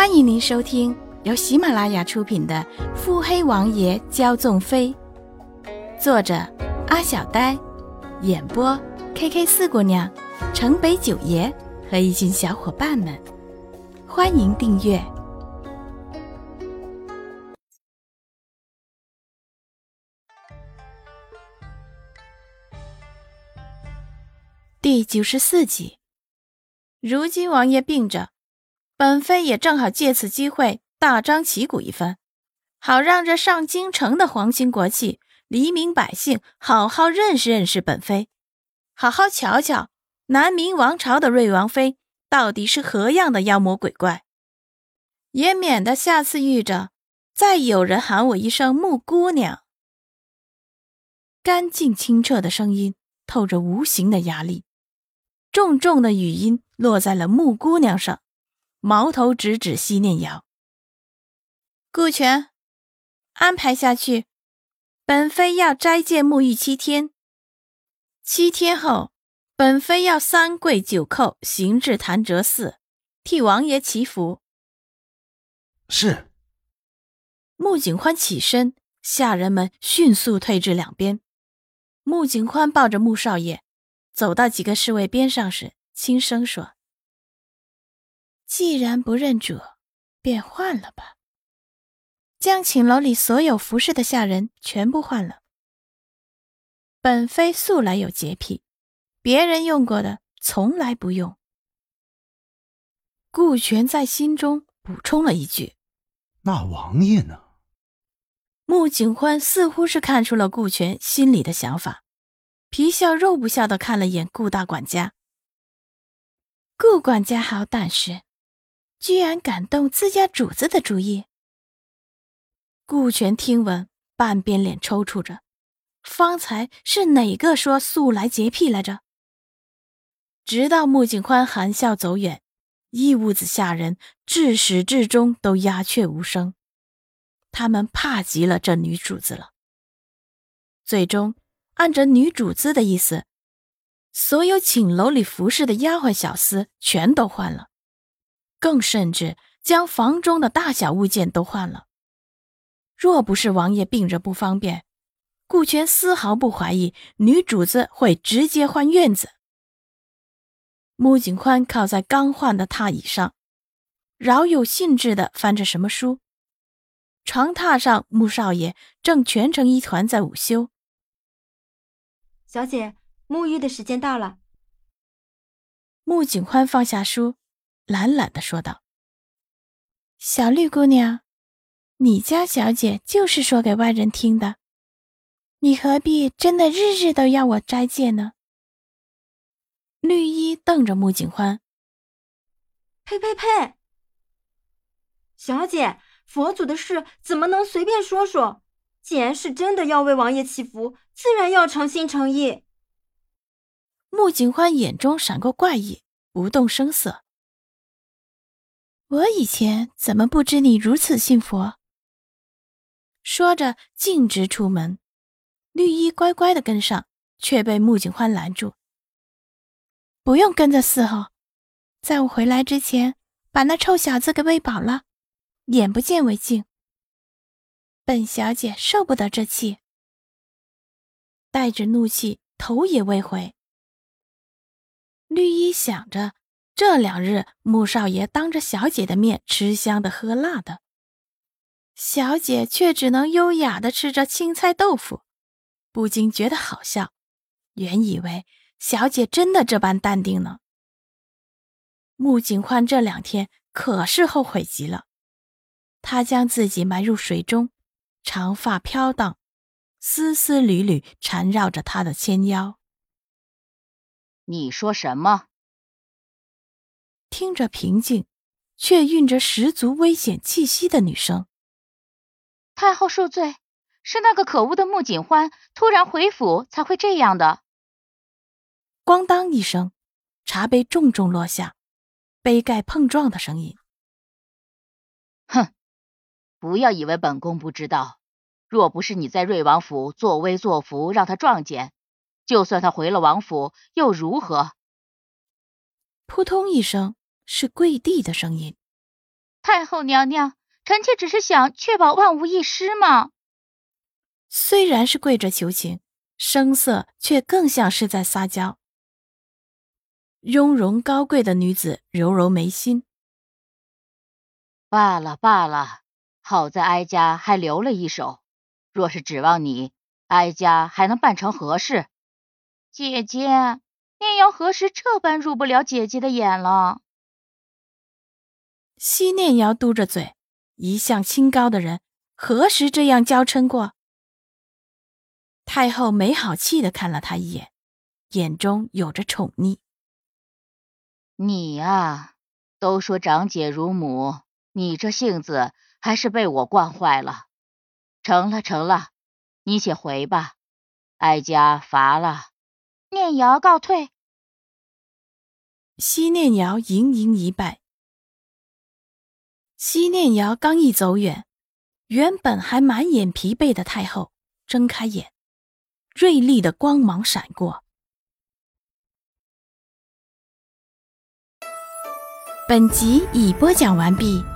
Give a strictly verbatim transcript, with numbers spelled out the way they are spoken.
欢迎您收听由喜马拉雅出品的《腹黑王爷骄纵妃》，作者阿小呆，演播 K K 四姑娘、城北九爷和一群小伙伴们。欢迎订阅。第九十四集，如今王爷病着，本妃也正好借此机会大张旗鼓一番，好让这上京城的皇亲国戚、黎民百姓好好认识认识本妃，好好瞧瞧南明王朝的瑞王妃到底是何样的妖魔鬼怪，也免得下次遇着再有人喊我一声木姑娘。干净清澈的声音透着无形的压力，重重的语音落在了木姑娘上，矛头直指西念瑶。顾全，安排下去，本妃要斋戒沐浴七天，七天后本妃要三跪九叩行至潭柘寺，替王爷祈福。 是。 穆景欢起身，下人们迅速退至两边。穆景欢抱着穆少爷走到几个侍卫边上时，轻声说：既然不认主，便换了吧。将寝楼里所有服侍的下人全部换了。本妃素来有洁癖，别人用过的从来不用。顾全在心中补充了一句： 那王爷呢？ 穆景欢似乎是看出了顾全心里的想法，皮笑肉不笑地看了眼顾大管家。顾管家好胆识，居然敢动自家主子的主意。顾全听闻，半边脸抽搐着，方才是哪个说素来洁癖来着？直到穆景欢含笑走远，一屋子下人至始至终都鸦雀无声，他们怕极了这女主子了。最终按着女主子的意思，所有寝楼里服侍的丫鬟小厮全都换了，更甚至将房中的大小物件都换了。若不是王爷病着不方便，顾全丝毫不怀疑女主子会直接换院子。穆景欢靠在刚换的榻椅上，饶有兴致地翻着什么书。床榻上，穆少爷正蜷成一团在午休。 小姐，沐浴的时间到了。 穆景欢放下书，懒懒地说道：小绿姑娘，你家小姐就是说给外人听的，你何必真的日日都要我斋戒呢？绿衣瞪着穆景欢： 呸呸呸！小姐，佛祖的事怎么能随便说说？既然是真的要为王爷祈福，自然要诚心诚意。 穆景欢眼中闪过怪异，不动声色。我以前怎么不知你如此信佛？说着径直出门，绿衣乖乖地跟上，却被穆景欢拦住。不用跟着伺候，在我回来之前把那臭小子给喂饱了，眼不见为净。本小姐受不得这气。带着怒气，头也未回。绿衣想着，这两日穆少爷当着小姐的面吃香的喝辣的，小姐却只能优雅地吃着青菜豆腐，不禁觉得好笑，原以为小姐真的这般淡定呢。穆景欢这两天可是后悔极了，他将自己埋入水中，长发飘荡，丝丝缕缕缠绕着他的纤腰。 你说什么？ 听着平静，却蕴着十足危险气息的女声。 太后恕罪，是那个可恶的穆景欢突然回府才会这样的。 咣当一声，茶杯重重落下，杯盖碰撞的声音。 哼，不要以为本宫不知道，若不是你在瑞王府作威作福让他撞见，就算他回了王府又如何？ 扑通一声，是跪地的声音。 太后娘娘，臣妾只是想确保万无一失嘛。 虽然是跪着求情，声色却更像是在撒娇。雍容高贵的女子揉揉眉心， 罢了罢了，好在哀家还留了一手，若是指望你，哀家还能办成何事？姐姐，念瑶何时这般入不了姐姐的眼了？ 西念瑶嘟着嘴，一向清高的人何时这样娇嗔过？太后没好气地看了他一眼，眼中有着宠溺。 你啊，都说长姐如母，你这性子还是被我惯坏了。成了成了，你且回吧，哀家乏了。念瑶告退。 西念瑶盈盈一拜。西念瑶刚一走远，原本还满眼疲惫的太后睁开眼，锐利的光芒闪过。本集已播讲完毕。